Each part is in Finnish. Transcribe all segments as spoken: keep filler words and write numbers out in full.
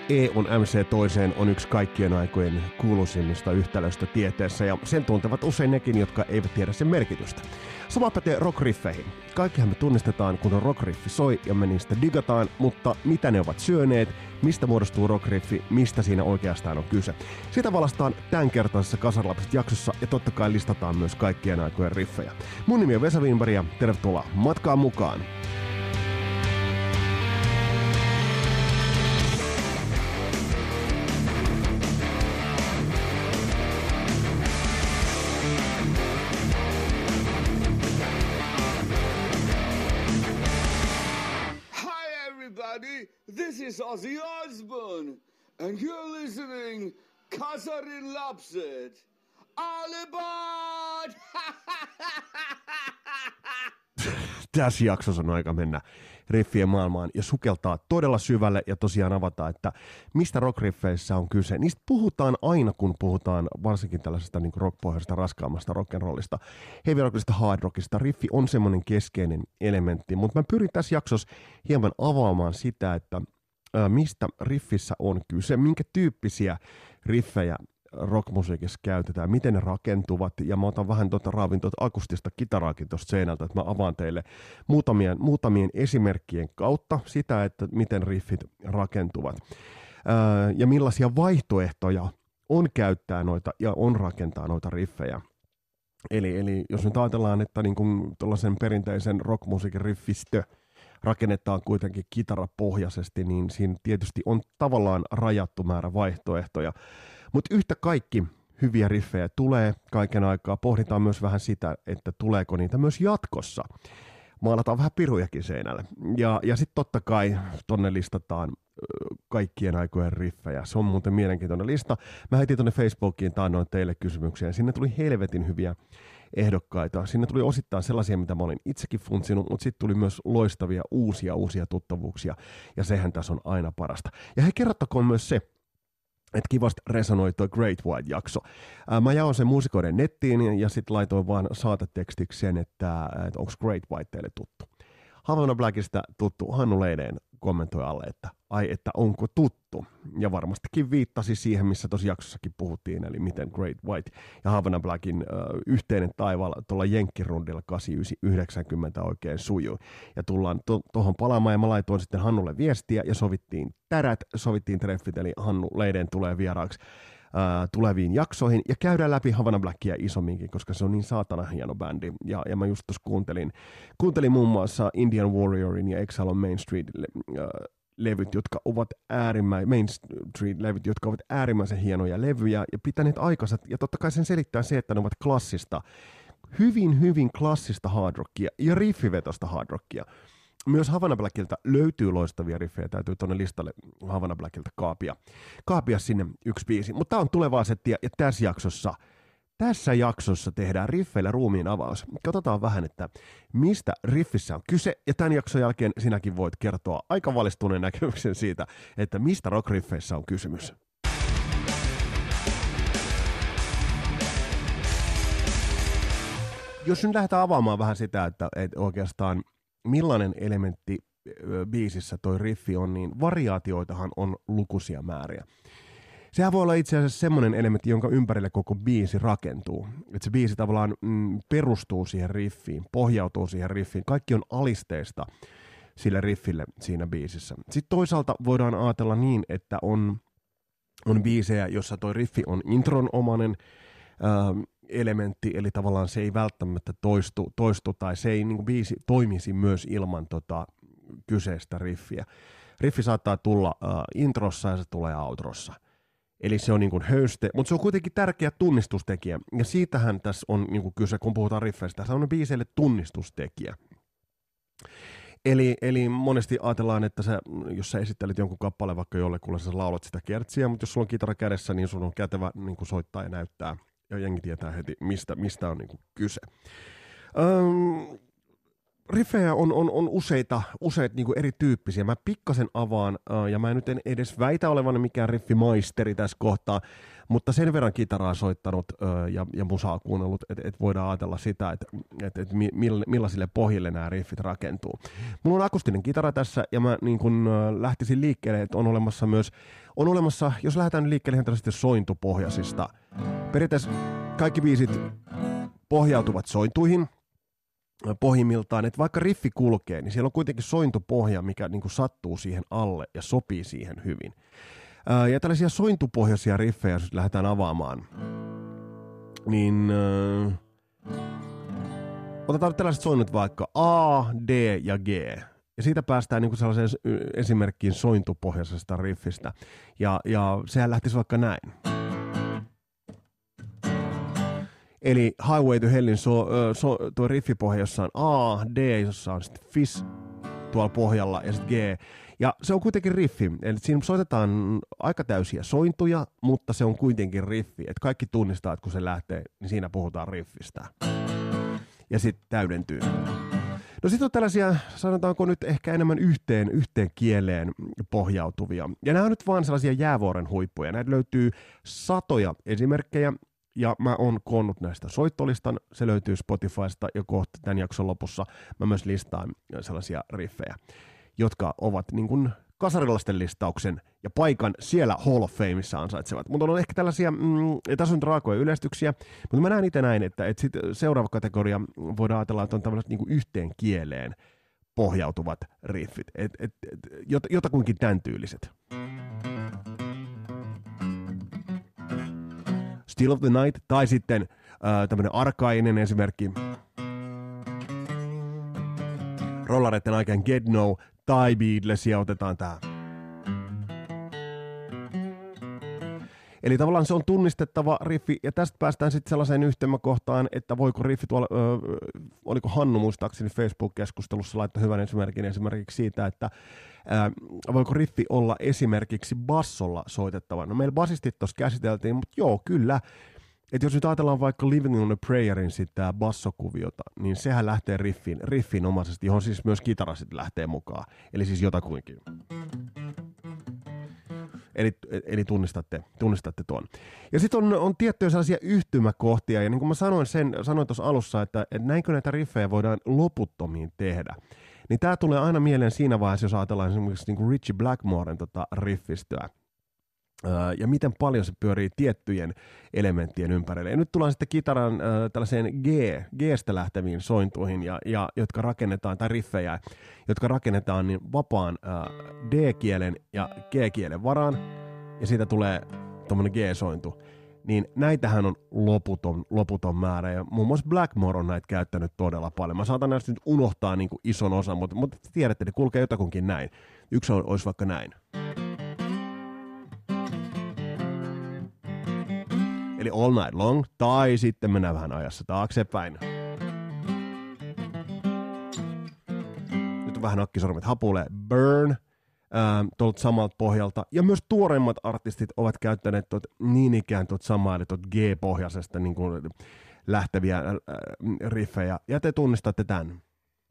E on M C toiseen on yksi kaikkien aikojen kuuluisimmista yhtälöistä tieteessä, ja sen tuntevat usein nekin, jotka eivät tiedä sen merkitystä. Sama pätee rockriffeihin. Kaikkihan me tunnistetaan, kun on rockriffi soi ja me niistä digataan, mutta mitä ne ovat syöneet, mistä muodostuu rockriffi, mistä siinä oikeastaan on kyse. Sitä valastaan tämänkertaisessa Kasarlapset jaksossa, ja totta kai listataan myös kaikkien aikojen riffejä. Mun nimi on Vesa Wienberg ja tervetuloa matkaan mukaan! This is Ozzy Osbourne, and you're listening Kasarin Lapset. All aboard! Tässä jaksossa on aika mennä riffien maailmaan ja sukeltaa todella syvälle ja tosiaan avata, että mistä rockriffeissä on kyse. Niistä puhutaan aina, kun puhutaan varsinkin tällaisesta niin rockpohjaisesta raskaammasta rock'n'rollista, heavy rockista, hard rockista. Riffi on semmoinen keskeinen elementti, mutta mä pyrin tässä jaksossa hieman avaamaan sitä, että ää, mistä riffissä on kyse, minkä tyyppisiä riffejä rockmusiikissa käytetään, miten ne rakentuvat, ja mä otan vähän tuota raavin tuota akustista kitaraakin tuosta seinältä, että mä avaan teille muutamien, muutamien esimerkkien kautta sitä, että miten riffit rakentuvat, ää, ja millaisia vaihtoehtoja on käyttää noita ja on rakentaa noita riffejä. Eli, eli jos nyt ajatellaan, että niin kuin tuollaisen perinteisen rockmusiikin riffistö rakennetaan kuitenkin kitarapohjaisesti, niin siinä tietysti on tavallaan rajattu määrä vaihtoehtoja. Mutta yhtä kaikki hyviä riffejä tulee kaiken aikaa. Pohditaan myös vähän sitä, että tuleeko niitä myös jatkossa. Maalataan vähän pirujakin seinälle. Ja, ja sitten totta kai tonne listataan kaikkien aikojen riffejä. Se on muuten mielenkiintoinen lista. Mä heitin tonne Facebookiin taannoin teille kysymyksiä. Sinne tuli helvetin hyviä ehdokkaita. Sinne tuli osittain sellaisia, mitä mä olin itsekin funtsinut, mutta sitten tuli myös loistavia uusia uusia tuttavuuksia. Ja sehän tässä on aina parasta. Ja he kerrottakoon myös se, että kivasti resonoi toi Great White-jakso. Ää, mä jaoin sen muusikoiden nettiin ja sitten laitoin vaan saatetekstiksi sen, että, että onko Great White teille tuttu. Havana Blackista tuttu Hannu Leideen kommentoi alle, että ai, että onko tuttu. Ja varmastikin viittasi siihen, missä tuossa jaksossakin puhuttiin, eli miten Great White ja Havana Blackin äh, yhteinen taivaalla tuolla jenkkirundilla kahdeksankymmentäyhdeksän yhdeksänkymmentä oikein sujuu. Ja tullaan tuohon to- palaamaan, ja mä laitoin sitten Hannulle viestiä, ja sovittiin tärät, sovittiin treffit, eli Hannu Leideen tulee vieraaksi äh, tuleviin jaksoihin, ja käydään läpi Havana Blackia isomminkin, koska se on niin saatana hieno bändi. Ja, ja mä just tuossa kuuntelin, kuuntelin muun muassa Indian Warriorin ja Exile on Main Street äh, levyt, jotka ovat äärimmäisen, Main Street-levyt, jotka ovat äärimmäisen hienoja levyjä ja pitäneet aikansa. Ja totta kai sen selittää se, että ne ovat klassista, hyvin, hyvin klassista hard rockia ja riffivetosta hard rockia. Myös Havana Blackilta löytyy loistavia riffejä, täytyy tuonne listalle Havana Blackilta kaapia, kaapia sinne yksi biisi. Mutta tämä on tulevaa settiä ja tässä jaksossa Tässä jaksossa tehdään riffeillä ruumiin avaus. Katsotaan vähän, että mistä riffissä on kyse, ja tämän jakson jälkeen sinäkin voit kertoa aika valistuneen näkemyksen siitä, että mistä rockriffeissä on kysymys. Jos nyt lähdetään avaamaan vähän sitä, että, että oikeastaan millainen elementti biisissä toi riffi on, niin variaatioitahan on lukuisia määriä. Sehän voi olla itse asiassa semmoinen elementti, jonka ympärille koko biisi rakentuu. Että se biisi tavallaan mm, perustuu siihen riffiin, pohjautuu siihen riffiin. Kaikki on alisteista sille riffille siinä biisissä. Sitten toisaalta voidaan ajatella niin, että on, on biisejä, jossa toi riffi on intronomainen äh, elementti, eli tavallaan se ei välttämättä toistu, toistu tai se ei niin kuin biisi toimisi myös ilman tota, kyseistä riffiä. Riffi saattaa tulla äh, introssa ja se tulee outrossa. Eli se on niin kuin höyste, mutta se on kuitenkin tärkeä tunnistustekijä. Ja siitähän tässä on niin kuin kyse, kun puhutaan riffeistä. Se on biiseille tunnistustekijä. Eli, eli monesti ajatellaan, että sä, jos sä esittelet jonkun kappaleen vaikka jollekulle, sä laulat sitä kertsiä, mutta jos sulla on kitara kädessä, niin sun on kätevä niin kuin soittaa ja näyttää. Ja jengi tietää heti, mistä, mistä on niin kuin kyse. Öm, riffejä on, on, on useita, useita niin kuin erityyppisiä. Mä pikkasen avaan, ja mä en nyt en edes väitä olevani mikään riffimaisteri tässä kohtaa, mutta sen verran kitaraa soittanut ja, ja musaa kuunnellut, että et voidaan ajatella sitä, että et, et millaisille pohjille nämä riffit rakentuu. Mulla on akustinen kitara tässä, ja mä niin kun lähtisin liikkeelle, että on olemassa myös, on olemassa, jos lähdetään liikkeelle ihan tällaisista sointupohjaisista. Periaatteessa kaikki biisit pohjautuvat sointuihin, pohjimmiltaan, että vaikka riffi kulkee, niin siellä on kuitenkin sointupohja, mikä niin kuin sattuu siihen alle ja sopii siihen hyvin. Ää, ja tällaisia sointupohjaisia riffejä, jos lähdetään avaamaan, niin äh, otetaan tällaiset soinnut vaikka A, D ja G. Ja siitä päästään niin kuin sellaiseen esimerkkiin sointupohjaisesta riffistä. Ja, ja sehän lähtisi vaikka näin. Eli Highway to Hellin so, so, tuo riffipohja, jossa on A, D, jossa on sitten Fizz tuolla pohjalla ja sitten G. Ja se on kuitenkin riffi, eli siinä soitetaan aika täysiä sointuja, mutta se on kuitenkin riffi. Että kaikki tunnistaa, että kun se lähtee, niin siinä puhutaan riffistä. Ja sitten täydentyy. No sitten on tällaisia, sanotaanko nyt ehkä enemmän yhteen, yhteen kieleen pohjautuvia. Ja nämä on nyt vaan sellaisia jäävuoren huippuja. Näitä löytyy satoja esimerkkejä. Ja mä oon koonnut näistä soittolistan, se löytyy Spotifysta ja kohta tämän jakson lopussa mä myös listaan sellaisia riffejä, jotka ovat niin kuin kasarilaisten listauksen ja paikan siellä Hall of Fameissa ansaitsevat. Mutta on ehkä tällaisia, mm, tässä on raakoja yleistyksiä, mutta mä näen itse näin, että, että sit seuraava kategoria voidaan ajatella, että on tällaiset niin kuin yhteen kieleen pohjautuvat riffit, et, et, et, jot, jotakuinkin tämän tyyliset. Still of the Night, tai sitten äh, tämmönen arkainen esimerkki. Rollareiden aikaan Get No, tai Beatlesia otetaan tää. Eli tavallaan se on tunnistettava riffi, ja tästä päästään sitten sellaiseen yhtymäkohtaan, että voiko riffi tuolla, ö, oliko Hannu muistaakseni Facebook-keskustelussa laittaa hyvän esimerkin esimerkiksi siitä, että ö, voiko riffi olla esimerkiksi bassolla soitettava. No meillä basistit tuossa käsiteltiin, mutta joo, kyllä. Että jos nyt ajatellaan vaikka Living on a Prayerin sitä bassokuviota, niin sehän lähtee riffin, riffinomaisesti, johon siis myös kitara sitten lähtee mukaan. Eli siis jotakuinkin. Eli, eli tunnistatte, tunnistatte tuon. Ja sitten on, on tiettyjä sellaisia yhtymäkohtia, ja niin kuin mä sanoin sen, sanoin tuossa alussa, että, että näinkö näitä riffejä voidaan loputtomiin tehdä. Niin tää tulee aina mieleen siinä vaiheessa, jos ajatellaan esimerkiksi niin kuin Ritchie Blackmoren tota riffistöä. Öö, ja miten paljon se pyörii tiettyjen elementtien ympärille. Ja nyt tullaan sitten kitaran öö, tällaiseen G, G:stä lähteviin sointuihin, ja, ja, jotka rakennetaan, tai riffejä, jotka rakennetaan niin vapaan öö, D-kielen ja G-kielen varaan, ja siitä tulee tommonen G-sointu. Niin näitähän on loputon, loputon määrä, ja muun muassa Blackmore on näitä käyttänyt todella paljon. Mä saatan näistä nyt unohtaa niin kuin ison osan, mutta, mutta tiedätte, että kulkee jotakunkin näin. Yksi olisi vaikka näin. Eli All Night Long, tai sitten mennään vähän ajassa taaksepäin. Nyt on vähän nakkisormet hapuilee. Burn, ähm, tuolta samalta pohjalta. Ja myös tuoreimmat artistit ovat käyttäneet tuot, niin ikään tuot samaa, eli tuot G-pohjaisesta niin kuin lähteviä äh, riffejä. Ja te tunnistatte tämän.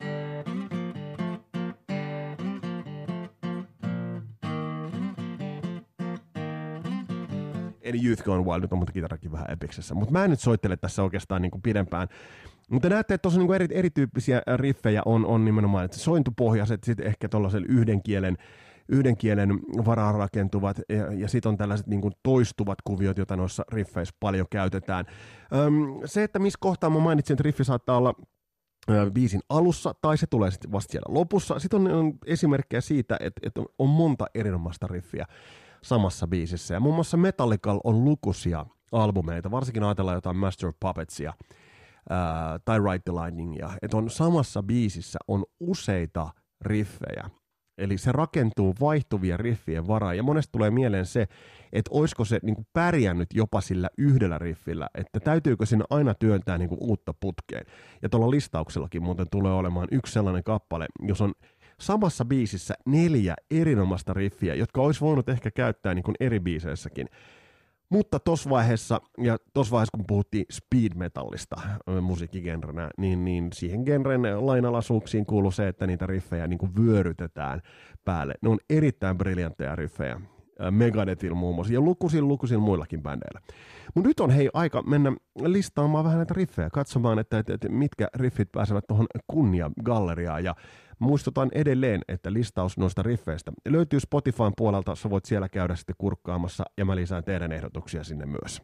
Eli Youth Gone Wild, nyt on mutta kitarakin vähän epiksessä. Mutta mä en nyt soittele tässä oikeastaan niin kuin pidempään. Mutta näette, että tuossa niin eri, erityyppisiä riffejä on, on nimenomaan, että sointupohjaiset, sitten ehkä tuollaisen yhden kielen, yhden kielen varaan rakentuvat, ja, ja sitten on tällaiset niin kuin toistuvat kuviot, joita noissa riffeissä paljon käytetään. Öm, se, että missä kohtaa mä mainitsin, että riffi saattaa olla ö, biisin alussa, tai se tulee sitten vasta siellä lopussa. Sitten on, on esimerkkejä siitä, että, että on monta erinomaista riffiä samassa biisissä. Ja muun muassa Metallicalla on lukuisia albumeita, varsinkin ajatellaan jotain Master of Puppetsia ää, tai Ride the Lightningia, että on samassa biisissä on useita riffejä. Eli se rakentuu vaihtuvien riffien varaan, ja monesti tulee mieleen se, että olisiko se niin kuin pärjännyt jopa sillä yhdellä riffillä, että täytyykö sinne aina työntää niin kuin uutta putkeen. Ja tuolla listauksellakin muuten tulee olemaan yksi sellainen kappale, jos on samassa biisissä neljä erinomaista riffiä, jotka olisi voinut ehkä käyttää niin kuin eri biiseissäkin. Mutta tuossa vaiheessa, ja tuossa vaiheessa kun puhuttiin speed metallista musiikkigenrenä, niin, niin siihen genren lainalaisuuksiin kuuluu se, että niitä riffejä niin kuin vyörytetään päälle. Ne on erittäin briljantteja riffejä. Megadethilla muun muassa, ja lukuisilla, lukuisilla muillakin bändeillä. Mutta nyt on hei aika mennä listaamaan vähän näitä riffejä, katsomaan, että, että, että mitkä riffit pääsevät tuohon kunniagalleriaan, ja muistutan edelleen, että listaus noista riffeistä löytyy Spotifyn puolelta, sä voit siellä käydä sitten kurkkaamassa, ja mä lisään teidän ehdotuksia sinne myös.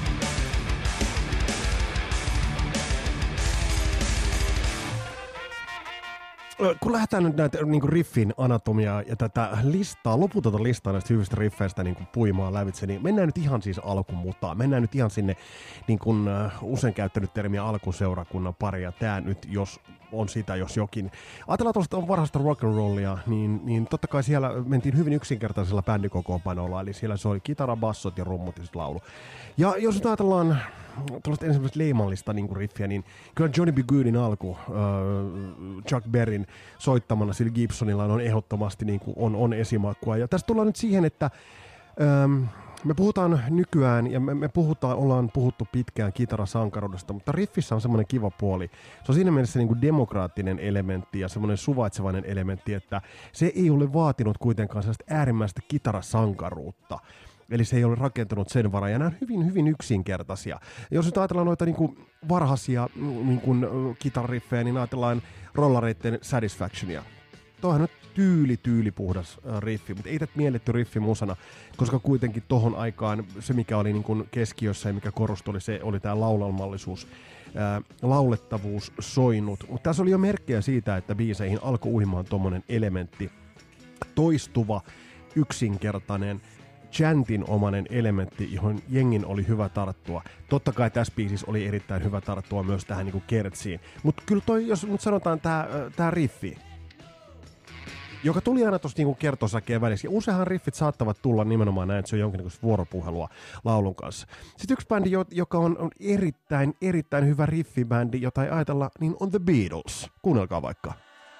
Kun lähdetään nyt näitä niin kuin riffin anatomiaa ja tätä listaa, loputonta listaa näistä hyvistä riffeistä niin kuin puimaan lävitse, niin mennään nyt ihan siis alkumutaan. Mennään nyt ihan sinne niin kuin uh, usein käyttänyt termiä alkuseurakunnan pari, ja tää nyt jos on sitä, jos jokin. Ajatellaan tuollaista varhaista rock'n'rollia, niin, niin totta kai siellä mentiin hyvin yksinkertaisella bändikokoonpanolla, eli siellä soi kitara, bassot ja rummut ja sitten laulu. Ja jos nyt ajatellaan tuollaista ensimmäistä leimallista niin kuin riffiä, niin kyllä Johnny B. Goodin alku uh, Chuck Berryn soittamana sillä Gibsonilla on ehdottomasti niin kuin on, on esimakua. Ja tästä tullaan nyt siihen, että um, me puhutaan nykyään, ja me, me puhutaan, ollaan puhuttu pitkään kitarasankaruudesta, mutta riffissä on semmoinen kiva puoli. Se on siinä mielessä niin kuin demokraattinen elementti ja semmoinen suvaitsevainen elementti, että se ei ole vaatinut kuitenkaan sellaista äärimmäistä kitarasankaruutta. Eli se ei ole rakentunut sen varaan, ja nämä on hyvin, hyvin yksinkertaisia. Jos nyt ajatellaan noita niin kuin varhaisia niin kuin kitarariffejä, niin ajatellaan rollareitten Satisfactionia. Tuohan on tyyli, tyyli puhdas riffi, mutta ei tätä mielletty riffi musana, koska kuitenkin tohon aikaan se, mikä oli niin kuin keskiössä ja mikä korostui, oli se, oli tämä laulalmallisuus, ää, laulettavuus soinut. Mutta tässä oli jo merkkejä siitä, että biiseihin alkoi uimaan tommonen elementti, toistuva, yksinkertainen, chantinomainen elementti, johon jengin oli hyvä tarttua. Totta kai tässä biisissä oli erittäin hyvä tarttua myös tähän niin kuin kertsiin. Mutta kyllä toi, jos nyt sanotaan tää, tää riffi, joka tuli aina tuossa niinku kertosäkeen välissä. Ja useinhan riffit saattavat tulla nimenomaan näin, että se on jonkinlaista vuoropuhelua laulun kanssa. Sitten yksi bändi, joka on, on erittäin, erittäin hyvä riffibändi, jota ei ajatella, niin on The Beatles. Kuunnelkaa vaikka.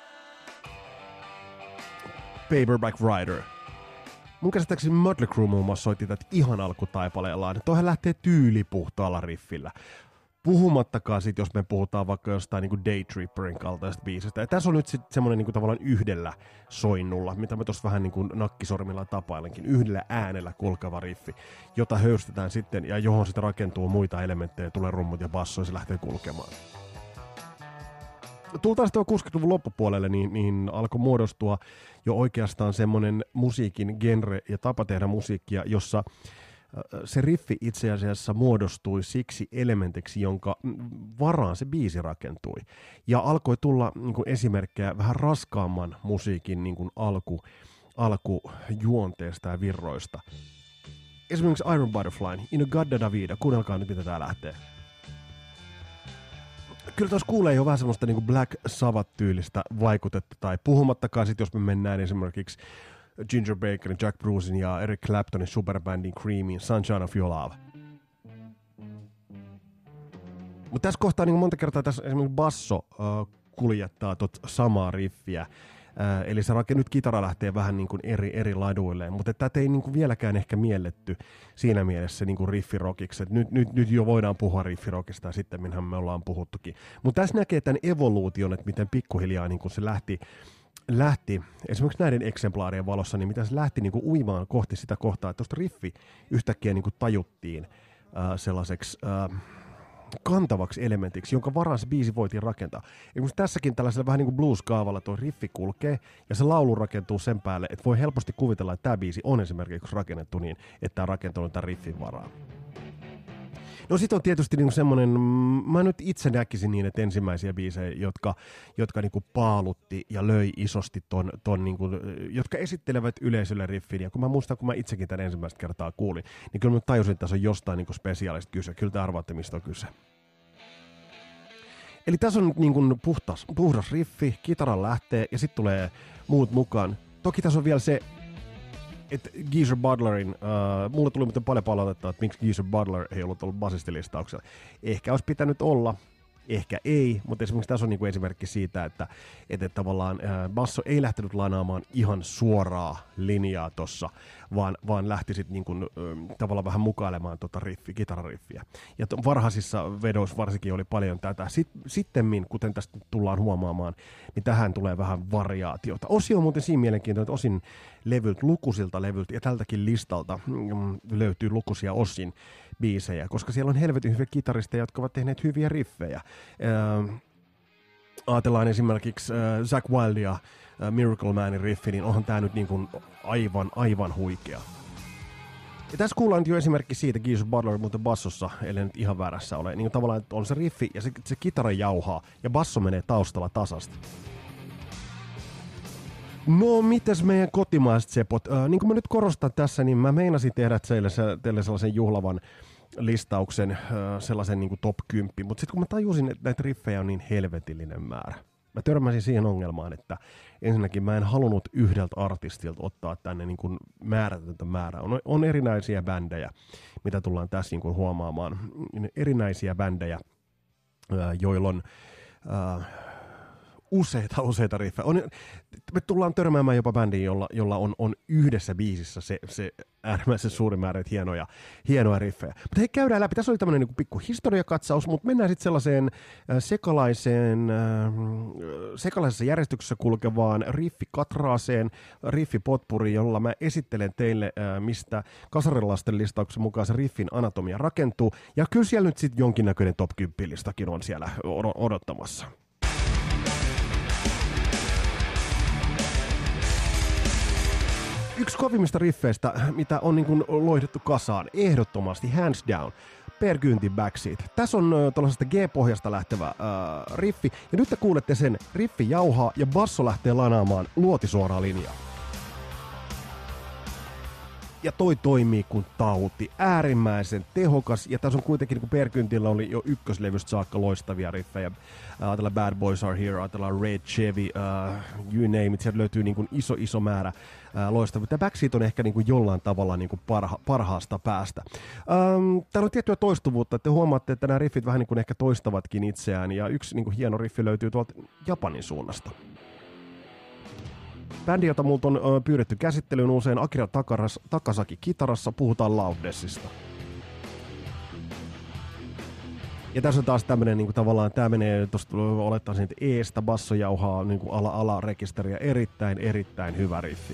Paperback Writer. Mun käsittääkseni Mötley Crüe muun muassa soitti tätä ihan alkutaipaleellaan. Toihan lähtee tyylipuhtaalla riffillä. Puhumattakaan sit, jos me puhutaan vaikka jostain niinku Daytripperin kaltaisesta biisistä. Ja tässä on nyt sitten semmoinen niinku tavallaan yhdellä soinnulla, mitä mä tuossa vähän niinku nakkisormilla tapailenkin, yhdellä äänellä kulkeva riffi, jota höystetään sitten ja johon sitten rakentuu muita elementtejä, tulee rummut ja basso ja se lähtee kulkemaan. Tultaan sitten kuusikymmentäluvun loppupuolelle, niin, niin alkoi muodostua jo oikeastaan semmoinen musiikin genre ja tapa tehdä musiikkia, jossa se riffi itse asiassa muodostui siksi elementiksi, jonka varaan se biisi rakentui. Ja alkoi tulla niin kuin esimerkkejä vähän raskaamman musiikin niin kuin alku, alkujuonteesta ja virroista. Esimerkiksi Iron Butterfly, In-A-Gadda Da Vida, kuunnelkaa nyt mitä tää lähtee. Kyllä tuossa kuulee jo vähän semmoista niin kuin Black Sabbath-tyylistä vaikutetta, tai puhumattakaan sit, jos me mennään esimerkiksi Ginger Bakerin, Jack Brucein ja Eric Claptonin superbandin Creamin Sunshine of Your Love. Mutta tässä kohtaa niin monta kertaa tässä esimerkiksi basso äh, kuljettaa tot samaa riffiä. Äh, eli se raken, nyt kitara lähtee vähän niin kuin eri, eri laduilleen, mutta tätä ei niin kuin vieläkään ehkä mielletty siinä mielessä niin kuin riffirokiksi. Nyt, nyt, nyt jo voidaan puhua riffirokista ja sitten minhän me ollaan puhuttukin. Mutta tässä näkee tämän evoluution, että miten pikkuhiljaa niin kuin se lähti lähti, esimerkiksi näiden eksemplaarien valossa, niin mitä se lähti niin kuin uimaan kohti sitä kohtaa, että tuosta riffi yhtäkkiä niin kuin tajuttiin äh, sellaiseksi äh, kantavaksi elementiksi, jonka varaan se biisi voitiin rakentaa. Esimerkiksi tässäkin tällaisella vähän niin kuin blues-kaavalla tuo riffi kulkee, ja se laulu rakentuu sen päälle, että voi helposti kuvitella, että tämä biisi on esimerkiksi rakennettu niin, että tämä on rakentunut tämän riffin varaan. No sit on tietysti niinku semmonen, mä nyt itse näkisin niin, että ensimmäisiä biisejä, jotka, jotka niinku paalutti ja löi isosti ton, ton niinku, jotka esittelevät yleisölle riffin. Ja kun mä muistan, kun mä itsekin tämän ensimmäistä kertaa kuulin, niin kyllä mä tajusin, että tässä on jostain niinku spesiaalista kyse. Kyllä te arvaatte, mistä on kyse. Eli tässä on nyt niinku puhtas, puhdas riffi, kitara lähtee ja sitten tulee muut mukaan. Toki tässä on vielä se, että Geezer Butlerin, uh, mulle tuli muuten paljon palautetta, että miksi Geezer Butler ei ollut ollut basistilistauksella. Ehkä olisi pitänyt olla, ehkä ei, mutta esimerkiksi tässä on niin kuin esimerkki siitä, että, että tavallaan ää, basso ei lähtenyt lainaamaan ihan suoraa linjaa tossa, vaan, vaan lähti sitten niin kuin, ä, tavallaan vähän mukailemaan tota riffi, kitarariffiä. Ja to, varhaisissa vedoissa varsinkin oli paljon tätä. Sitten, sittemmin, kuten tästä tullaan huomaamaan, niin tähän tulee vähän variaatiota. Osio on muuten siinä mielenkiintoinen, että osin levyltä, lukuisilta levyltä ja tältäkin listalta mm, löytyy lukuisia osin biisejä, koska siellä on helvetin hyviä kitaristeja, jotka ovat tehneet hyviä riffejä. Äh, ajatellaan esimerkiksi äh, Zakk Wylde ja äh, Miracle Manin riffi, niin onhan tämä nyt niin kuin aivan, aivan huikea. Ja tässä kuullaan nyt jo esimerkki siitä, Geezer Butler muuten bassossa, ellei nyt ihan väärässä ole, niin tavallaan että on se riffi ja se, se kitara jauhaa ja basso menee taustalla tasasta. No, mites meidän kotimaiset sepot? Äh, niin kuin mä nyt korostan tässä, niin mä meinasin tehdä teille, teille sellaisen juhlavan listauksen, äh, sellaisen niin kuin top kymmenen, mutta sitten kun mä tajusin, että näitä riffejä on niin helvetillinen määrä, mä törmäsin siihen ongelmaan, että ensinnäkin mä en halunnut yhdeltä artistilta ottaa tänne niin kuin määrätöntä määrää. On, on erinäisiä bändejä, mitä tullaan tässä niin kuin huomaamaan. Erinäisiä bändejä, äh, joilla on äh, useita, useita riffejä. On, me tullaan törmäämään jopa bändiin, jolla, jolla on, on yhdessä biisissä se, se äärimmäisen suuri määrä hienoja, hienoja riffejä. Mutta hei, käydään läpi. Tässä oli tämmöinen niin pikku historiakatsaus, mutta mennään sitten sellaiseen äh, sekalaiseen, äh, sekalaisessa järjestyksessä kulkevaan riffikatraaseen, riffipotpuriin, jolla mä esittelen teille, äh, mistä Kasarilasten listauksen mukaan se riffin anatomia rakentuu. Ja kyllä siellä nyt sitten jonkinnäköinen top kymmenen listakin on siellä odottamassa. Yksi kovimmista riffeistä, mitä on niin kuin loihdettu kasaan, ehdottomasti, hands down, Per Gyntin Backseat. Tässä on äh, tuollaisesta G-pohjasta lähtevä äh, riffi, ja nyt te kuulette sen, riffi jauhaa ja basso lähtee lanaamaan luotisuoraa linjaa. Ja toi toimii kuin tauti, äärimmäisen tehokas, ja tässä on kuitenkin, niin kuin Per Gyntillä oli jo ykköslevystä saakka loistavia riffejä. Ajatellaan Bad Boys Are Here, ajatellaan Red Chevy, uh, you name it, sieltä löytyy niin kuin iso, iso määrä uh, loistavia. Tämä Backseat on ehkä niin kuin jollain tavalla niin kuin parha, parhaasta päästä. Um, täällä on tiettyä toistuvuutta, että huomaatte, että nämä riffit vähän niin kuin ehkä toistavatkin itseään, ja yksi niin kuin hieno riffi löytyy tuolta Japanin suunnasta. Bändi, jota multa on ö, pyydetty käsittelyyn usein, Akira Takaras, Takasaki kitarassa, puhutaan Loudnessista. Ja tässä on taas tämmönen, niin kuin tavallaan, tämä menee, tuosta olettaisin, että eestä basso jauhaa niin kuin ala, ala-rekisteriä, erittäin, erittäin hyvä riffi.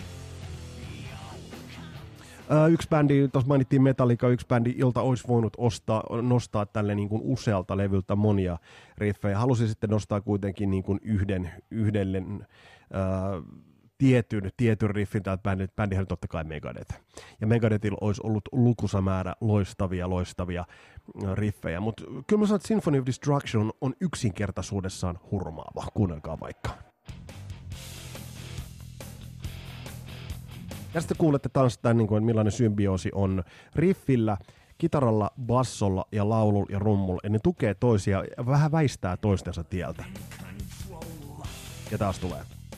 Ö, yksi bändi, tuossa mainittiin Metallica, yksi bändi, jolta olisi voinut ostaa, nostaa tälle niin kuin usealta levyltä monia riffejä. Halusin sitten nostaa kuitenkin niin kuin yhden, yhdelle... Ö, Tietyn, tietyn riffin täältä bändiltä, bändihän totta kai Megadeth. Ja Megadethilla olisi ollut lukuisa määrä loistavia, loistavia riffejä, mutta kyllä mä sanon, että Symphony of Destruction on yksinkertaisuudessaan hurmaava. Kuunnelkaa vaikka. Ja sitten kuulette taas tämän, niin kuin, millainen symbioosi on riffillä, kitaralla, bassolla ja laululla ja rummulla. Ja ne tukee toisia ja vähän väistää toistensa tieltä. Ja taas tulee.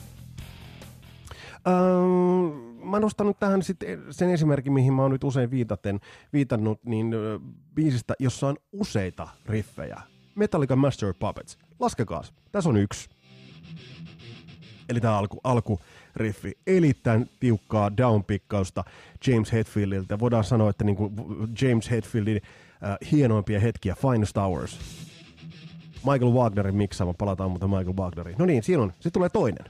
Öö, mä nostan nyt tähän sitten sen esimerkin, mihin mä oon nyt usein viitaten, viitannut, niin ö, biisistä, jossa on useita riffejä. Metallica Master of Puppets. Laskekaas, tässä on yksi. Eli tää alku, alkuriffi. Erittäin tiukkaa downpikkausta James Hetfieldiltä. Voidaan sanoa, että niinku James Hetfieldin äh, hienoimpia hetkiä, Finest Hours. Michael Wagnerin miksaama, palataan muuten Michael Wagneriin. No niin, siinä on, sitten tulee toinen.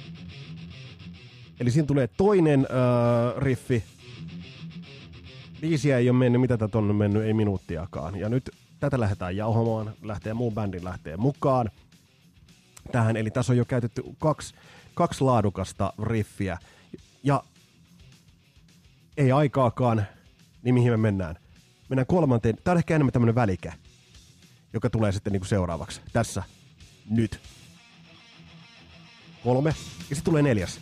Eli siinä tulee toinen uh, riffi. Biisiä ei ole mennyt, mitä tätä on mennyt, ei minuuttiakaan. Ja nyt tätä lähdetään jauhamaan, lähtee muun bändin lähtee mukaan tähän. Eli tässä on jo käytetty kaksi, kaksi laadukasta riffiä. Ja ei aikaakaan, niin mihin me mennään? Mennään kolmanteen. Tämä on ehkä enemmän tämmöinen välikä, joka tulee sitten niinku seuraavaksi. Tässä, nyt. Kolme, ja sitten tulee neljäs.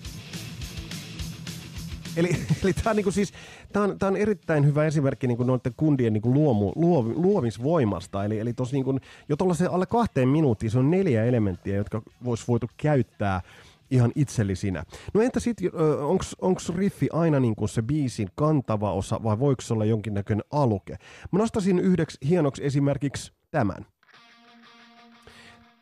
Eli, eli tämä on, niinku siis, on, on erittäin hyvä esimerkki niinku noiden kundien niinku luomu, luov, luomisvoimasta. Eli, eli tos niinku, jo tuollaisen alle kahteen minuuttiin se on neljä elementtiä, jotka voisi voitu käyttää ihan itsellisinä. No entä sitten, onko riffi aina niinku se biisin kantava osa vai voiko se olla jonkinnäköinen aluke? Mä nostaisin yhdeksi hienoksi esimerkiksi tämän.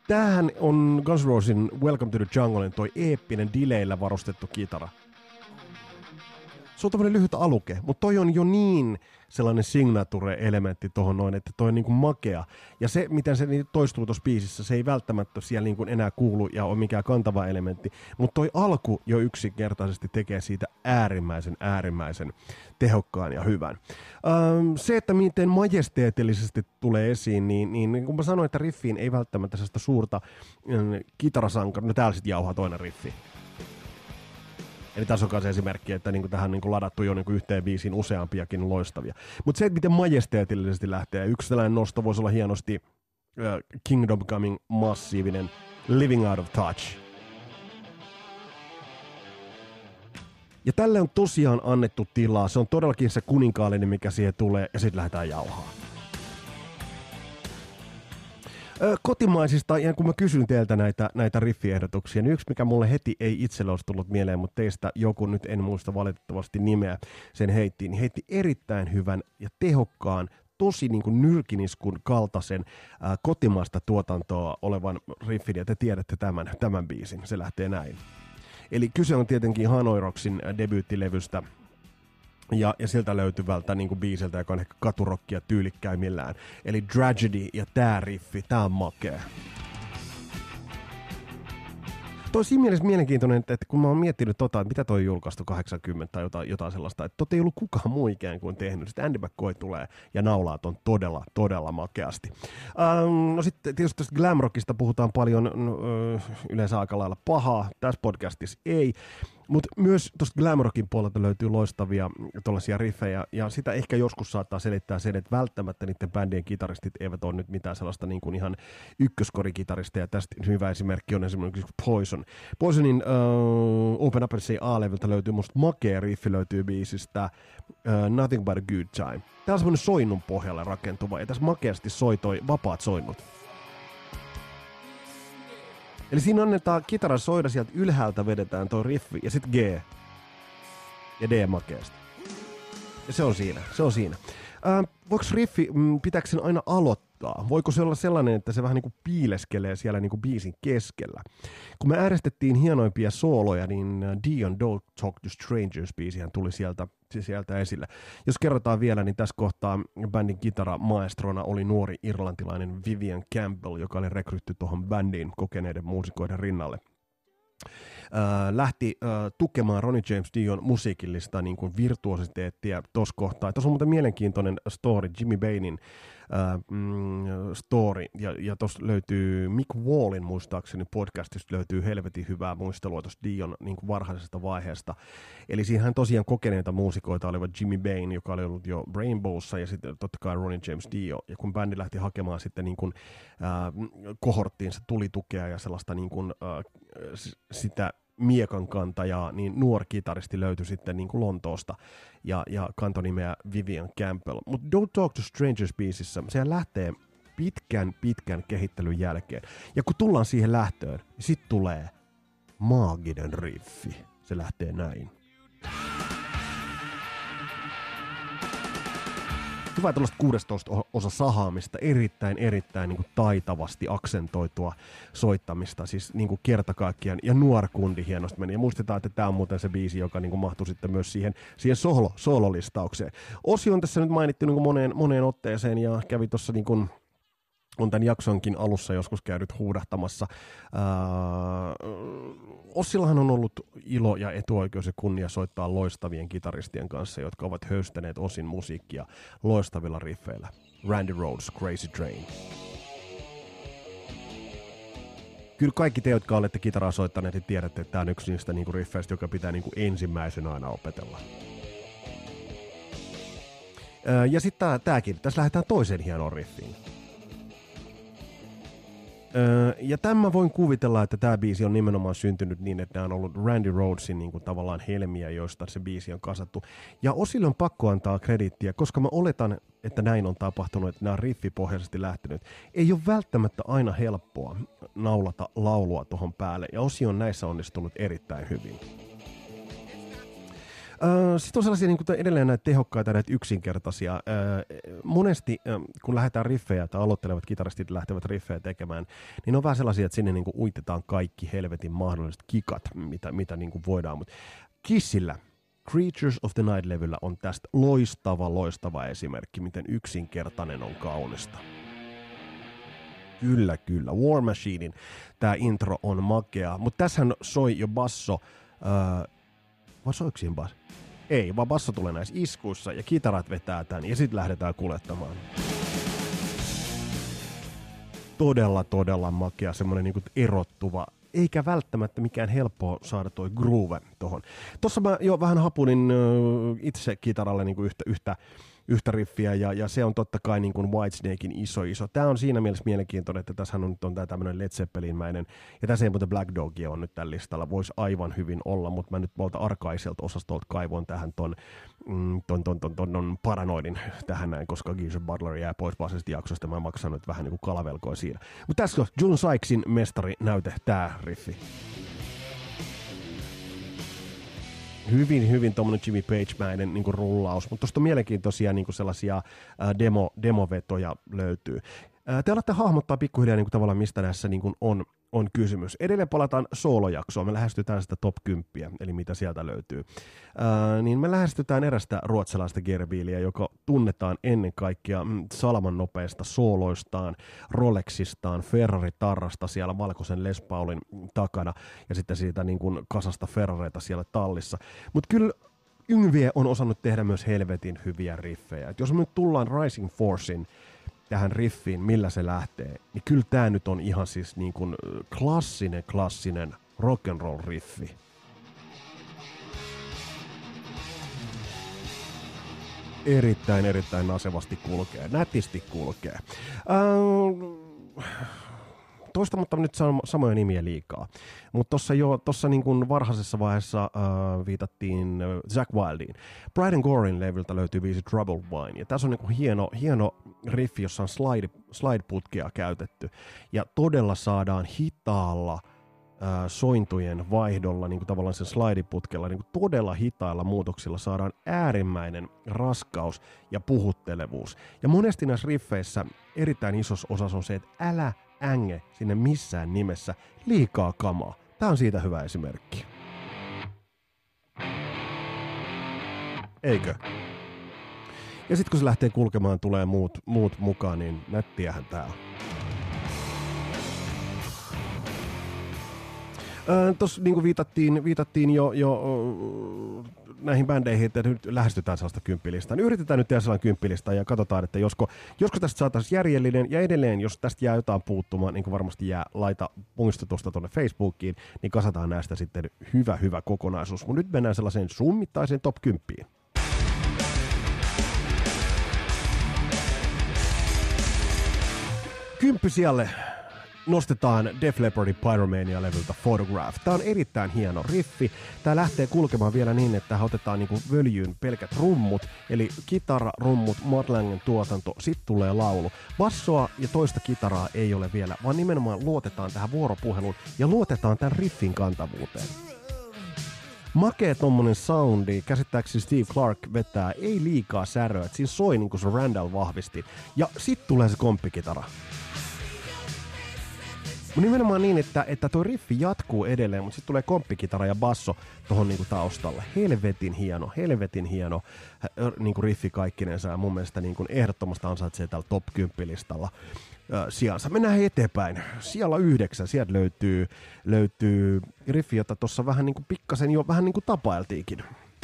tämähän on Guns N' Rosesin Welcome to the Junglen toi eeppinen delayllä varustettu kitara. Se on tommonen lyhyt aluke, mutta toi on jo niin sellainen signature-elementti tohon noin, että toi on niinku makea. Ja se, miten se toistuu tuossa biisissä, se ei välttämättä siellä niinku enää kuulu ja ole mikään kantava elementti. Mutta toi alku jo yksinkertaisesti tekee siitä äärimmäisen, äärimmäisen tehokkaan ja hyvän. Ähm, se, että miten majesteetillisesti tulee esiin, niin, niin, niin kun mä sanoin, että riffiin ei välttämättä sellaista suurta ähm, kitarasankaria, no täällä sitten jauhaa toinen riffi. Eli tässä on myös esimerkki, että niinku tähän niinku ladattu jo niinku yhteen biisiin useampiakin loistavia. Mutta se, että miten majesteetillisesti lähtee, yksi tällainen nosto voisi olla hienosti uh, Kingdom Coming massiivinen Living Out of Touch. Ja tälle on tosiaan annettu tilaa. Se on todellakin se kuninkaallinen, mikä siihen tulee, ja sitten lähdetään jauhaa. Kotimaisista, ja kun mä kysyn teiltä näitä, näitä riffiehdotuksia, niin yksi, mikä mulle heti ei itselle olisi tullut mieleen, mutta teistä joku, nyt en muista valitettavasti nimeä, sen heitti, niin heitti erittäin hyvän ja tehokkaan, tosi niin kuin nyrkiniskun kaltaisen ää, kotimaista tuotantoa olevan riffin, ja te tiedätte tämän, tämän biisin, se lähtee näin. Eli kyse on tietenkin Hanoi Rocksin debyyttilevystä, Ja, ja siltä löytyvältä niin kuin biisiltä, joka on ehkä katurokkia tyylikkäimmillään. Eli Tragedy ja tää riffi, tää on makea. Toi on siinä mielessä mielenkiintoinen, että, että kun mä oon miettinyt tota, että mitä toi on julkaistu kahdeksankymmentä tai jotain, jotain sellaista, että tota ei ollut kukaan muu ikään kuin tehnyt. Sitten Andy McCoy tulee ja naulaa ton todella, todella makeasti. Ähm, no sitten tietysti tästä glam rockista puhutaan paljon, no, yleensä aika lailla pahaa, tässä podcastissa ei. Mutta myös tuosta glam rockin puolelta löytyy loistavia tuollaisia riffejä, ja sitä ehkä joskus saattaa selittää sen, että välttämättä niiden bändien kitaristit eivät ole nyt mitään sellaista niin kuin ihan ykköskorikitaristeja, ja tästä hyvä esimerkki on esimerkiksi Poison. Poisonin uh, Open Up and Say A-levyltä löytyy musta makea riffi, löytyy biisistä uh, Nothing But a Good Time. Tämä on semmoinen soinnun pohjalle rakentuva, ja tässä makeasti soitoi vapaat soinnut. Eli siinä annetaan kitaran soida, sieltä ylhäältä vedetään toi riffi ja sitten G ja D makeasti. Ja se on siinä, se on siinä. Ää, voiko riffi, m, pitääkö sen aina aloittaa? Voiko se olla sellainen, että se vähän niin kuin piileskelee siellä niin kuin biisin keskellä? Kun me äärestettiin hienoimpia sooloja, niin Dion Don't Talk to Strangers-biisihän tuli sieltä, sieltä esille. Jos kerrotaan vielä, niin tässä kohtaa bändin kitara-maestrona oli nuori irlantilainen Vivian Campbell, joka oli rekrytty tuohon bändiin kokeneiden muusikoiden rinnalle. Äh, lähti äh, tukemaan Ronnie James Dion musiikillista niin kuin virtuositeettia tuossa kohtaa. Tuossa on muuten mielenkiintoinen story, Jimmy Bainin äh, mm, story, ja, ja tuossa löytyy Mick Wallin muistaakseni podcastista löytyy helvetin hyvää muistelua tuossa Dion niin kuin varhaisesta vaiheesta. Eli siinähän tosiaan kokeneita muusikoita olivat Jimmy Bain, joka oli ollut jo Rainbowssa, ja sitten totta kai Ronnie James Dio. Ja kun bändi lähti hakemaan sitten niin kuin, äh, kohorttiinsa tuli tukea ja sellaista niin kuin, äh, sitä miekan kantajaa, niin nuori kitaristi löytyi sitten niin kuin Lontoosta ja, ja kantoi nimeä Vivian Campbell. Mutta Don't Talk to Strangers-biisissä se lähtee pitkän, pitkän kehittelyn jälkeen. Ja kun tullaan siihen lähtöön, niin sitten tulee maaginen riffi. Se lähtee näin. Hyvä tällaista kuusitoista osa sahaamista, erittäin, erittäin niin kuin taitavasti aksentoitua soittamista, siis niin kuin kertakaikkiaan, ja nuorkundi hienosti meni. Ja muistetaan, että tämä on muuten se biisi, joka niin kuin mahtui sitten myös siihen, siihen solo, sololistaukseen. Osio on tässä nyt mainittu niin kuin moneen, moneen otteeseen, ja kävi tuossa niin kuin on tämän jaksonkin alussa joskus käynyt huudahtamassa. Äh, Ossillahan on ollut ilo ja etuoikeus ja kunnia soittaa loistavien kitaristien kanssa, jotka ovat höystäneet Ossin musiikkia loistavilla riffeillä. Randy Rhoads, Crazy Train. Kyllä kaikki te, jotka olette kitaraa soittaneet, niin tiedätte, että tämä on yksi niistä niinku riffeistä, joka pitää niinku ensimmäisenä aina opetella. Äh, ja sitten tämäkin. Tässä lähdetään toiseen hienoon riffiin. Ja tämän voin kuvitella, että tämä biisi on nimenomaan syntynyt niin, että nämä on ollut Randy Rhoadesin niin kuin tavallaan helmiä, joista se biisi on kasattu. Ja Ossille on pakko antaa krediittiä, koska mä oletan, että näin on tapahtunut, että nämä on riffipohjaisesti lähtenyt. Ei ole välttämättä aina helppoa naulata laulua tuohon päälle, ja Ossi on näissä onnistunut erittäin hyvin. Öö, Sitten on sellaisia niin kuin edelleen näitä tehokkaita, näitä yksinkertaisia. Öö, monesti, öö, kun lähdetään riffejä tai aloittelevat kitaristit lähtevät riffejä tekemään, niin on vähän sellaisia, että sinne niin kuin uitetaan kaikki helvetin mahdolliset kikat, mitä, mitä niin kuin voidaan. Mutta Kissillä, Creatures of the Night-levyllä on tästä loistava, loistava esimerkki, miten yksinkertainen on kaunista. Kyllä, kyllä. War Machinein tämä intro on makea, mutta tässähän soi jo basso. Öö, vai soiko siinä basso? Ei, vaan basso tulee näissä iskuissa ja kitarat vetää tän ja sitten lähdetään kuljettamaan. Todella, todella makea, semmoinen niinku erottuva, eikä välttämättä mikään helppoa saada toi groove tohon. Tossa mä jo vähän hapunin itse kitaralle niinku yhtä, yhtä, yhtä riffiä ja, ja se on totta kai niin kuin Whitesnakein iso iso. Tää on siinä mielessä mielenkiintoinen, että tässä on nyt on tää tämmönen Led Zeppelinmäinen ja tässä ei muuten Black Dogia on nyt tällä listalla. Voisi aivan hyvin olla, mutta mä nyt valta arkaiselta osastolta kaivoin tähän ton, mm, ton, ton, ton, ton, ton Paranoidin tähän näin, koska Geezer Butler jää pois basista jaksosta. Mä maksan nyt vähän niinku kalavelkoa siinä. Mutta tässä on June Sykesin mestari näyte tää riffi. Hyvin, hyvin tommonen Jimmy Page-mäinen niin kuin rullaus, mutta tuosta mielenkiintoisia niin kuin sellaisia ää, demo, demovetoja löytyy. Ää, te alatte hahmottaa pikkuhiljaa niin kuin tavallaan, mistä näissä niin kuin on, on kysymys. Edelleen palataan soolojaksoon, me lähestytään sitä top kymmenen, eli mitä sieltä löytyy. Ää, niin me lähestytään erästä ruotsalaista gerbiiliä, joka tunnetaan ennen kaikkea mm, salaman nopeista sooloistaan, Rolexistaan, Ferrari-tarrasta siellä valkoisen Les Paulin takana ja sitten siitä niin kuin kasasta Ferrareita siellä tallissa. Mutta kyllä Yngwie on osannut tehdä myös helvetin hyviä riffejä. Et jos me nyt tullaan Rising Forcein tähän riffiin, millä se lähtee, niin kyllä tämä nyt on ihan siis niin kuin klassinen, klassinen rock'n'roll riffi. Erittäin, erittäin nasevasti kulkee, nätisti kulkee. Äh, toista, mutta nyt samoja nimiä liikaa. Mutta tuossa jo tuossa niin kuin varhaisessa vaiheessa äh, viitattiin äh, Zakk Wyldiin. Pride and Gorein levyltä löytyy biisi Trouble Wine. Ja tässä on niin kuin hieno, hieno riffi, jossa on slide, slide-putkea käytetty. Ja todella saadaan hitaalla äh, sointujen vaihdolla, niin kuin tavallaan sen slide-putkella, niin kuin todella hitailla muutoksilla saadaan äärimmäinen raskaus ja puhuttelevuus. Ja monesti näissä riffeissä erittäin isos osas on se, että älä änge sinne missään nimessä liikaa kamaa. Tää on siitä hyvä esimerkki. Eikö? Ja sit kun se lähtee kulkemaan, tulee muut, muut mukaan, niin nättiähän tää on. Öö, Tuossa niin viitattiin, viitattiin jo, jo näihin bändeihin, että nyt lähestytään sellaista kymppilistaa. Niin yritetään nyt tehdä sellainen kymppilista ja katsotaan, että josko, josko tästä saataisiin järjellinen. Ja edelleen, jos tästä jää jotain puuttumaan, niin kuin varmasti jää, laita muistutusta tuonne Facebookiin, niin kasataan näistä sitten hyvä, hyvä kokonaisuus. Mutta nyt mennään sellaiseen summittaiseen top kymmenen. Kymppisijalle nostetaan Def Leppardin Pyromania-levyltä Photograph. Tää on erittäin hieno riffi. Tää lähtee kulkemaan vielä niin, että otetaan niinku völjyyn pelkät rummut, eli kitara, rummut, Mutt Langen tuotanto, sit tulee laulu. Bassoa ja toista kitaraa ei ole vielä, vaan nimenomaan luotetaan tähän vuoropuheluun ja luotetaan tämän riffin kantavuuteen. Makee tommonen soundi, käsittääkseni Steve Clark vetää ei liikaa säröä, että siinä soi niin kuin se Randall vahvisti. Ja sit tulee se komppikitara. Nimenomaan niin, että, että tuo riffi jatkuu edelleen, mutta sitten tulee komppikitara ja basso tuohon niinku taustalle. Helvetin hieno, helvetin hieno niinku riffi kaikkinensa ja mun mielestä niinku ehdottomasti ansaitsee täällä top kymmenen listalla äh, sijansa. Mennään eteenpäin. Siellä yhdeksän, sieltä löytyy, löytyy riffi, jota tuossa vähän niinku pikkasen jo vähän niinku tapailtiinkin.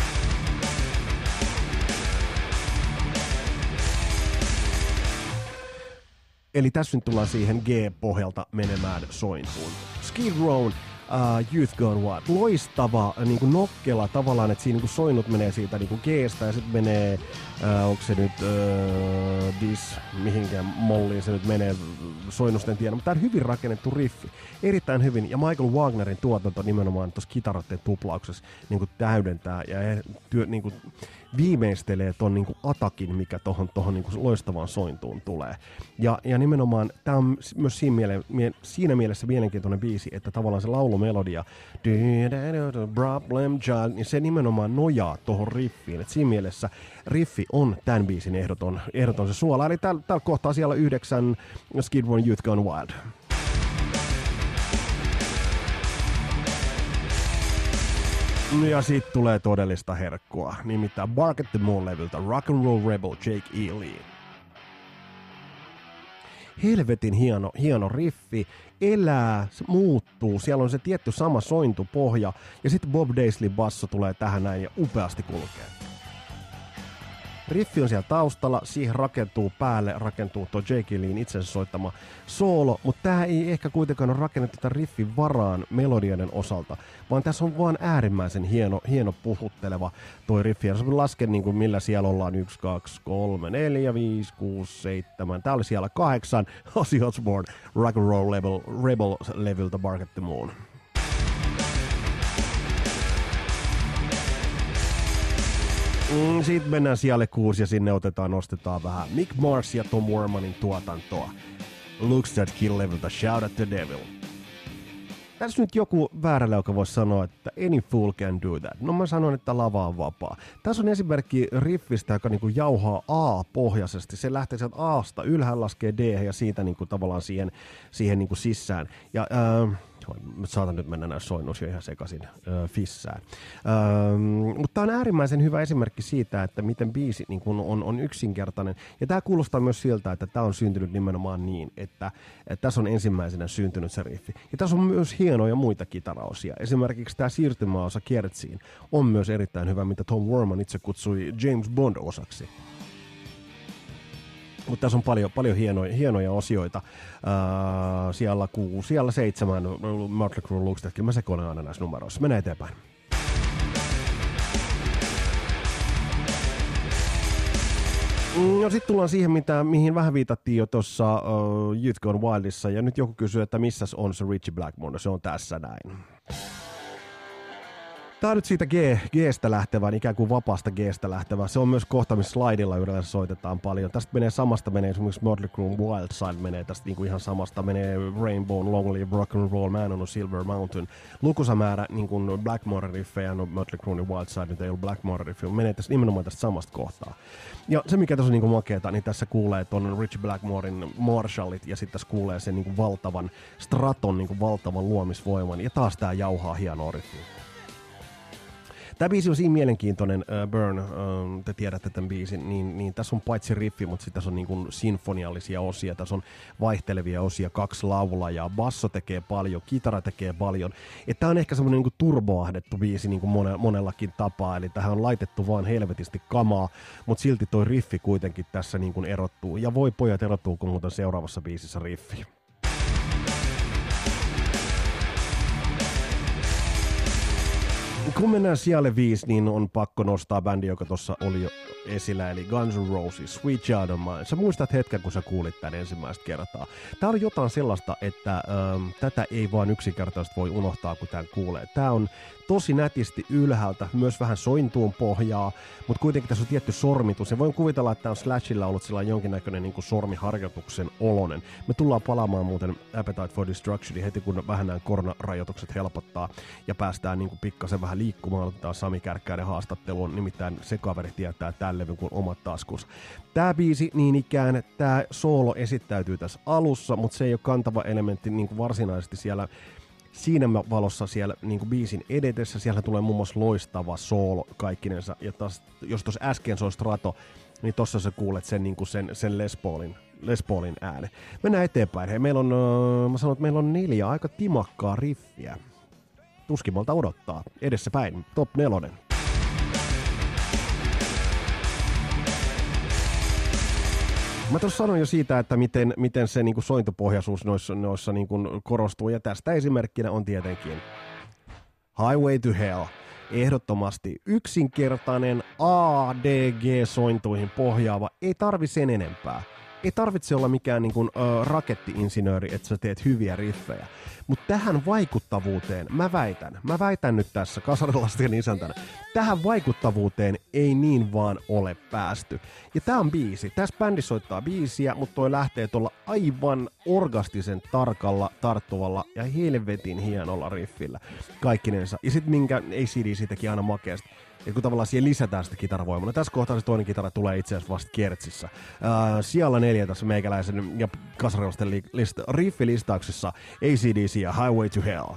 Eli tässä nyt tullaan siihen G-pohjalta menemään sointuun. Skid Row, uh, Youth Gone Wild. Loistava, niin kuin nokkela tavallaan, että siinä niin kuin soinnut menee siitä niin kuin G:stä ja sitten menee, uh, onko se nyt uh, dis, mihinkään molliin se nyt menee, soinnusten tiedä, mutta tämä on hyvin rakennettu riffi. Erittäin hyvin, ja Michael Wagnerin tuotanto nimenomaan tuossa kitaroiden tuplauksessa niin kuin täydentää ja työ, niin kuin viimeistelee ton niinku atakin, mikä tohon, tohon niinku loistavaan sointuun tulee. Ja, ja nimenomaan tämä on myös siinä, miele, mie, siinä mielessä mielenkiintoinen biisi, että tavallaan se laulu melodia, problem child, niin se nimenomaan nojaa tuohon riffiin. Et siinä mielessä riffi on tämän biisin ehdoton, ehdoton se suola. Eli täällä tääl kohtaa siellä yhdeksän Skid Row Youth Gone Wild. Ja sit tulee todellista herkkua, nimittäin Bark at the Moon-levyltä Rock and Roll Rebel Jake E. Lee. Helvetin hieno, hieno riffi, elää, se muuttuu, siellä on se tietty sama sointupohja, ja sitten Bob Daisley basso tulee tähän näin ja upeasti kulkee. Riffi on siellä taustalla, siihen rakentuu päälle, rakentuu tuo Jake Leen itsensä soittama soolo, mutta tää ei ehkä kuitenkaan ole rakennettu tämän riffin varaan melodioiden osalta, vaan tässä on vaan äärimmäisen hieno, hieno puhutteleva toi riffi. Ja jos lasken niin kuin millä siellä ollaan, yksi, kaksi, kolme, neljä, viisi, kuusi, seitsemän, tää oli siellä kahdeksan, Ozzy Osbourne, Rock and Roll Rebel, Rebel levyltä Bark at the Moon. Mm, siitä mennään sijalle kuusi ja sinne otetaan, nostetaan vähän Mick Mars ja Tom Wermanin tuotantoa. Looks That Kill-levyltä Shout at the Devil. Tässä nyt joku väärällä, joka voisi sanoa, että any fool can do that. No mä sanon, että lava on vapaa. Tässä on esimerkki riffistä, joka niinku jauhaa A-pohjaisesti. Se lähtee sieltä A:sta, ylhäällä laskee D ja siitä niinku tavallaan siihen, siihen niinku sisään. Ja äh, saatan nyt mennä näissä soinnuissa jo ihan sekaisin äh, fissään. Ähm, mutta tämä on äärimmäisen hyvä esimerkki siitä, että miten biisi niin kun on, on yksinkertainen. Ja tämä kuulostaa myös siltä, että tämä on syntynyt nimenomaan niin, että, että tässä on ensimmäisenä syntynyt se riffi. Ja tässä on myös hienoja muita kitaraosia. Esimerkiksi tämä siirtymäosa Kertsiin on myös erittäin hyvä, mitä Tom Werman itse kutsui James Bond-osaksi. Mutta tässä on paljon, paljon hienoja, hienoja osioita. Uh, siellä kuusi, siellä seitsemän, Mötley Crüe, Looks That Kill. Mä sekoilen aina näissä numeroissa. Mennään eteenpäin. No sitten tullaan siihen, mitä, mihin vähän viitattiin jo tuossa uh, Youth Gone Wildissa. Ja nyt joku kysyy, että missäs on se Ritchie Blackmore? No se on tässä näin. Tämä on nyt siitä G, G:stä lähtevää, ikään kuin vapaasta G:stä lähtevää. Se on myös kohta, missä slidilla yleensä soitetaan paljon. Tästä menee samasta, menee esimerkiksi Mötley Crüe Wild Side menee tästä niin kuin ihan samasta. Menee Rainbow, Long Live Rock and Roll, Man on a Silver Mountain. Lukuisa määrä niin kuin Blackmore-riffejä, no Mötley Crüe Wild Side nyt ei ollut Blackmore-riffi, menee tästä nimenomaan tästä samasta kohtaa. Ja se, mikä tässä on niin kuin makeeta, niin tässä kuulee ton Ritchie Blackmoren Marshallit ja sitten tässä kuulee sen niin kuin valtavan straton, niin kuin valtavan luomisvoiman. Ja taas tää jauhaa hienoa riffiä. Tämä biisi on siinä mielenkiintoinen, uh, Burn, uh, te tiedätte tämän biisin, niin, niin tässä on paitsi riffi, mutta sitten tässä on niin kuin sinfoniallisia osia, tässä on vaihtelevia osia, kaksi laulajaa, basso tekee paljon, kitara tekee paljon. Tämä on ehkä semmoinen niin kuin turboahdettu biisi niin kuin mone, monellakin tapaa, eli tähän on laitettu vaan helvetisti kamaa, mutta silti toi riffi kuitenkin tässä niin kuin erottuu. Ja voi pojat erottuu, kun muuten seuraavassa biisissä riffi. Kun mennään sijalle viisi, niin on pakko nostaa bändi, joka tuossa oli jo esillä, eli Guns N' Roses, Sweet Child of Mine. Sä muistat hetken, kun sä kuulit tämän ensimmäistä kertaa. Tää oli jotain sellaista, että ähm, tätä ei vaan yksinkertaisesti voi unohtaa, kun tämän kuulee. Tää on tosi nätisti ylhäältä, myös vähän sointuun pohjaa, mutta kuitenkin tässä on tietty sormitus. Ja voin kuvitella, että tämä on Slashilla ollut sillä jonkinnäköinen niin kuin sormiharjoituksen olonen. Me tullaan palaamaan muuten Appetite for Destruction heti, kun vähän nämä koronarajoitukset helpottaa ja päästään niin kuin pikkasen vähän liikkumaan. Otetaan Sami Kärkkäinen haastatteluun, nimittäin se kaveri tietää tämän levyn kuin omat taskus. Tämä biisi niin ikään, tämä soolo esittäytyy tässä alussa, mutta se ei ole kantava elementti niin kuin varsinaisesti siellä. Siinä valossa siellä niin kuin biisin edetessä, siellä tulee muun muassa loistava soolo kaikkinensa. Ja taas, jos tuossa äsken se on strato, niin tossa sä kuulet sen, niin kuin sen, sen Les Paulin, Les Paulin äänen. Mennään eteenpäin. Hei, meillä on, äh, mä sanon, että meillä on neljä aika timakkaa riffiä. Tuskimolta odottaa. Edessä päin. Top nelonen. Mä tuossa sanoin jo siitä, että miten, miten se niin kuin sointupohjaisuus noissa, noissa niin kuin korostuu, ja tästä esimerkkinä on tietenkin Highway to Hell. Ehdottomasti yksinkertainen A D G-sointuihin pohjaava, ei tarvi sen enempää. ei tarvitse olla mikään niin kuin, uh, rakettiinsinööri, että sä teet hyviä riffejä. Mutta tähän vaikuttavuuteen, mä väitän, mä väitän nyt tässä kasarilasten isäntänä, tähän vaikuttavuuteen ei niin vaan ole päästy. Ja tää on biisi. Tässä bändi soittaa biisiä, mutta toi lähtee tuolla aivan orgastisen tarkalla, tarttuvalla ja helvetin hienolla riffillä kaikkinensa. Ja sit minkä A C D C teki aina makeasti. Ja kun tavallaan siihen lisätään sitä kitaravoimaa. No tässä kohtaa se toinen kitara tulee itse asiassa vasta kiertsissä. Uh, sijalla neljä tässä meikäläisen ja kasarilaisten li- list- riffilistauksessa A C D C ja Highway to Hell.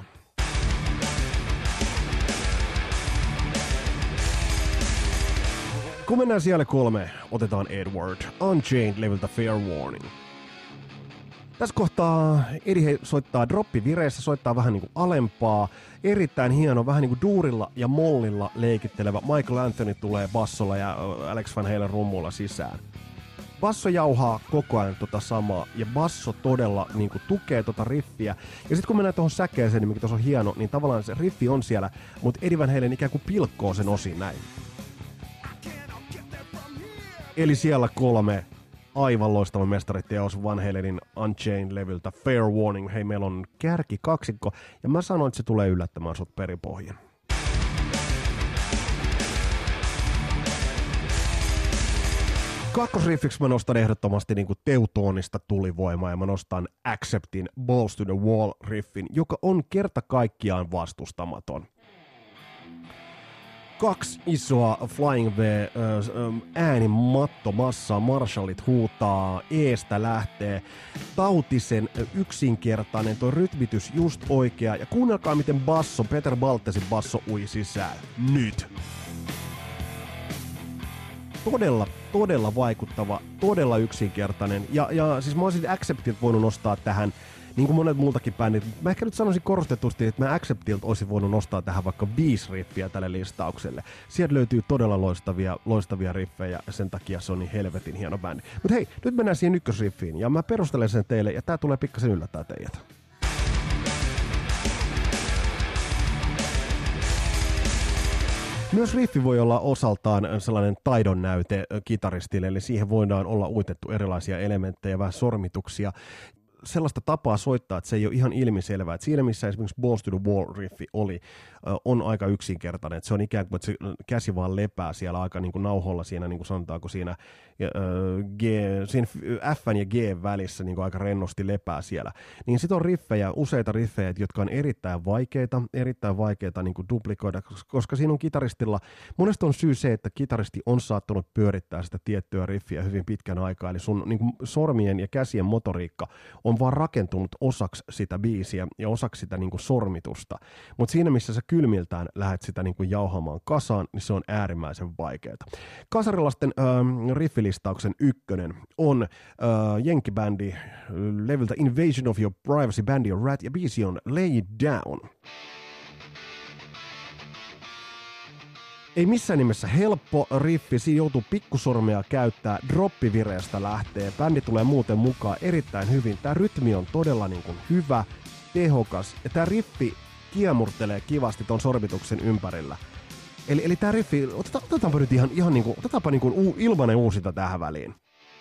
Kun mennään siellä kolme, otetaan Edward, Unchained-levyltä Fair Warning. Tässä kohtaa Eddie soittaa droppivireessä, soittaa vähän niinku alempaa, erittäin hieno, vähän niinku duurilla ja mollilla leikittelevä. Michael Anthony tulee bassolla ja Alex Van Halen rummulla sisään. Basso jauhaa koko ajan tota samaa ja basso todella niinku tukee tota riffiä. Ja sitten kun mennään tuohon säkeeseen, niin mikä tuossa on hieno, niin tavallaan se riffi on siellä, mutta Eddie Van Halen ikään kuin pilkkoo sen osin näin. Eli siellä kolme. Aivan loistava mestariteos Van Halenin Unchained-levyltä Fair Warning. Hei, meillä on kärki kaksikko, ja mä sanoin, että se tulee yllättämään sut peripohjin. Kakkosriffiksi mä nostan ehdottomasti niin kuin Teutonista tulivoimaa, ja mä nostan Acceptin Balls to the Wall-riffin, joka on kerta kaikkiaan vastustamaton. Kaksi isoa Flying V äänimatto massaa, Marshallit huutaa, eestä lähtee, tautisen yksinkertainen, tuo rytmitys just oikea, ja kuunnelkaa miten basso, Peter Baltesin basso ui sisään, nyt. Todella, todella vaikuttava, todella yksinkertainen, ja, ja siis mä olisin Acceptilta voinut nostaa tähän, niin kuin monet muultakin bändit. Mä ehkä nyt sanoisin korostetusti, että mä Acceptilta olisin voinut nostaa tähän vaikka viisi riffiä tälle listaukselle. Sieltä löytyy todella loistavia, loistavia riffejä ja sen takia se on niin helvetin hieno bändi. Mut hei, nyt mennään siihen ykkösriffiin ja mä perustelen sen teille ja tää tulee pikkasen yllättää teidät. Myös riffi voi olla osaltaan sellainen taidon näyte kitaristille, eli siihen voidaan olla uitettu erilaisia elementtejä, vähän sormituksia. Sellaista tapaa soittaa, että se ei ole ihan ilmiselvää. Että siinä, missä esimerkiksi Balls to the Wall-riffi oli, on aika yksinkertainen. Että se on ikään kuin, että se käsi vaan lepää siellä aika niin kuin nauholla siinä, niin kuin sanotaanko siinä, G, siinä F ja G välissä niin kuin aika rennosti lepää siellä. Niin sitten on riffejä, useita riffejä, jotka on erittäin vaikeita, erittäin vaikeita niin kuin duplikoida, koska siinä on kitaristilla, monesti on syy se, että kitaristi on saattanut pyörittää sitä tiettyä riffiä hyvin pitkän aikaa. Eli sun niin kuin sormien ja käsien motoriikka on vaan rakentunut osaksi sitä biisiä ja osaksi sitä niin kuin sormitusta. Mutta siinä, missä sä kylmiltään lähdet sitä niin kuin jauhamaan kasaan, niin se on äärimmäisen vaikeaa. Kasarilasten ähm, riffilistauksen ykkönen on äh, jenkkibändi levyltä Invasion of Your Privacy, Bandy of Rat, ja biisi on Lay It Down. Ei missään nimessä helppo riffi, siinä joutuu pikkusormea käyttää, droppivireestä lähtee, bändi tulee muuten mukaan erittäin hyvin. Tää rytmi on todella niin kuin hyvä, tehokas, ja tää riffi kiemurtelee kivasti ton sormituksen ympärillä. Eli, eli tää riffi, oteta, otetaanpa nyt ihan, ihan niin kuin, otetaanpa niin kuin u, ilmanen uusinta tähän väliin.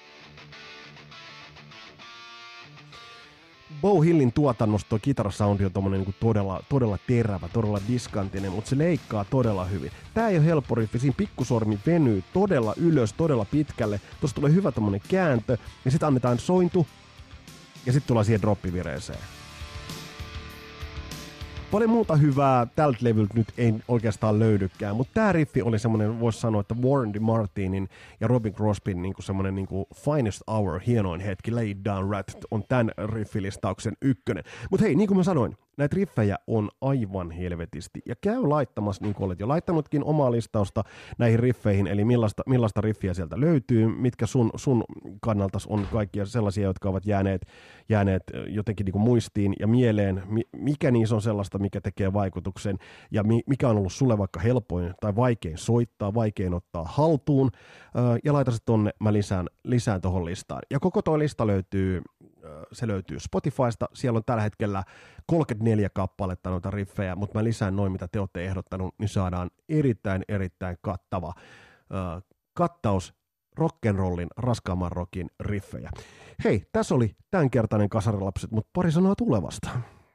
Beau Hillin tuotannosta tuo kitarasoundi on tommonen niinku todella, todella terävä, todella diskantinen, mutta se leikkaa todella hyvin. Tää ei ole helppo riffi, siinä pikkusormi venyy todella ylös, todella pitkälle. Tuossa tulee hyvä tommonen kääntö, ja sitten annetaan sointu, ja sitten tullaan siihen droppivireeseen. Paljon muuta hyvää tältä levyltä nyt ei oikeastaan löydykään, mutta tämä riffi oli semmoinen, voisi sanoa, että Warren DeMartinin ja Robin Crosbyn niin semmoinen niin finest hour, hienoin hetki, Lay It Down Rat on tämän riffilistauksen ykkönen. Mutta hei, niin kuin mä sanoin, näitä riffejä on aivan helvetisti, ja käy laittamassa, niin kuin olet jo laittanutkin, omaa listausta näihin riffeihin, eli millaista, millaista riffiä sieltä löytyy, mitkä sun, sun kannalta on kaikkia sellaisia, jotka ovat jääneet, jääneet jotenkin niin kuin muistiin ja mieleen, mikä niissä on sellaista, mikä tekee vaikutuksen, ja mikä on ollut sulle vaikka helpoin tai vaikein soittaa, vaikein ottaa haltuun, ja laita se tonne, mä lisään, lisään tohon listaan. Ja koko tuo lista löytyy, se löytyy Spotifysta, siellä on tällä hetkellä kolmekymmentäneljä kappaletta noita riffejä, mutta mä lisään noin, mitä te olette ehdottanut, niin saadaan erittäin, erittäin kattava uh, kattaus rock'n'rollin, raskaamman rockin riffejä. Hei, tässä oli tämänkertainen Kasarilapset, mutta pari sanaa tulevasta.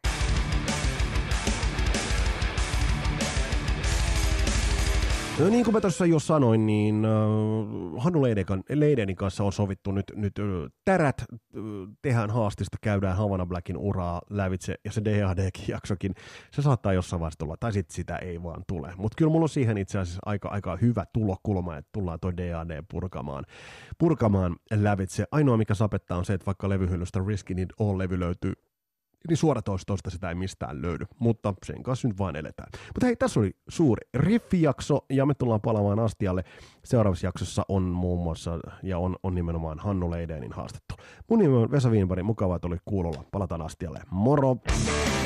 No, niin kuin mä tuossa jo sanoin, niin äh, Hannu Leidenin kanssa on sovittu nyt, nyt äh, tärät, äh, tehdään haastista, käydään Havana Blackin uraa lävitse, ja se D A D-jaksokin, se saattaa jossain vaiheessa tulla, tai sitten sitä ei vaan tule. Mutta kyllä mulla on siihen itse asiassa aika, aika hyvä tulokulma, että tullaan toi D A D purkamaan, purkamaan lävitse. Ainoa mikä sapettaa on se, että vaikka levyhyllystä Riskin It All-levy löytyy, niin suoratoistoista sitä ei mistään löydy, mutta sen kanssa nyt vaan eletään. Mutta hei, tässä oli suuri riffijakso, ja me tullaan palaamaan astialle. Seuraavassa jaksossa on muun muassa, ja on, on nimenomaan Hannu Leidenin haastattelu. Mun nimi on Vesa Wienberg, mukavaa, että oli kuulolla. Palataan astialle. Moro!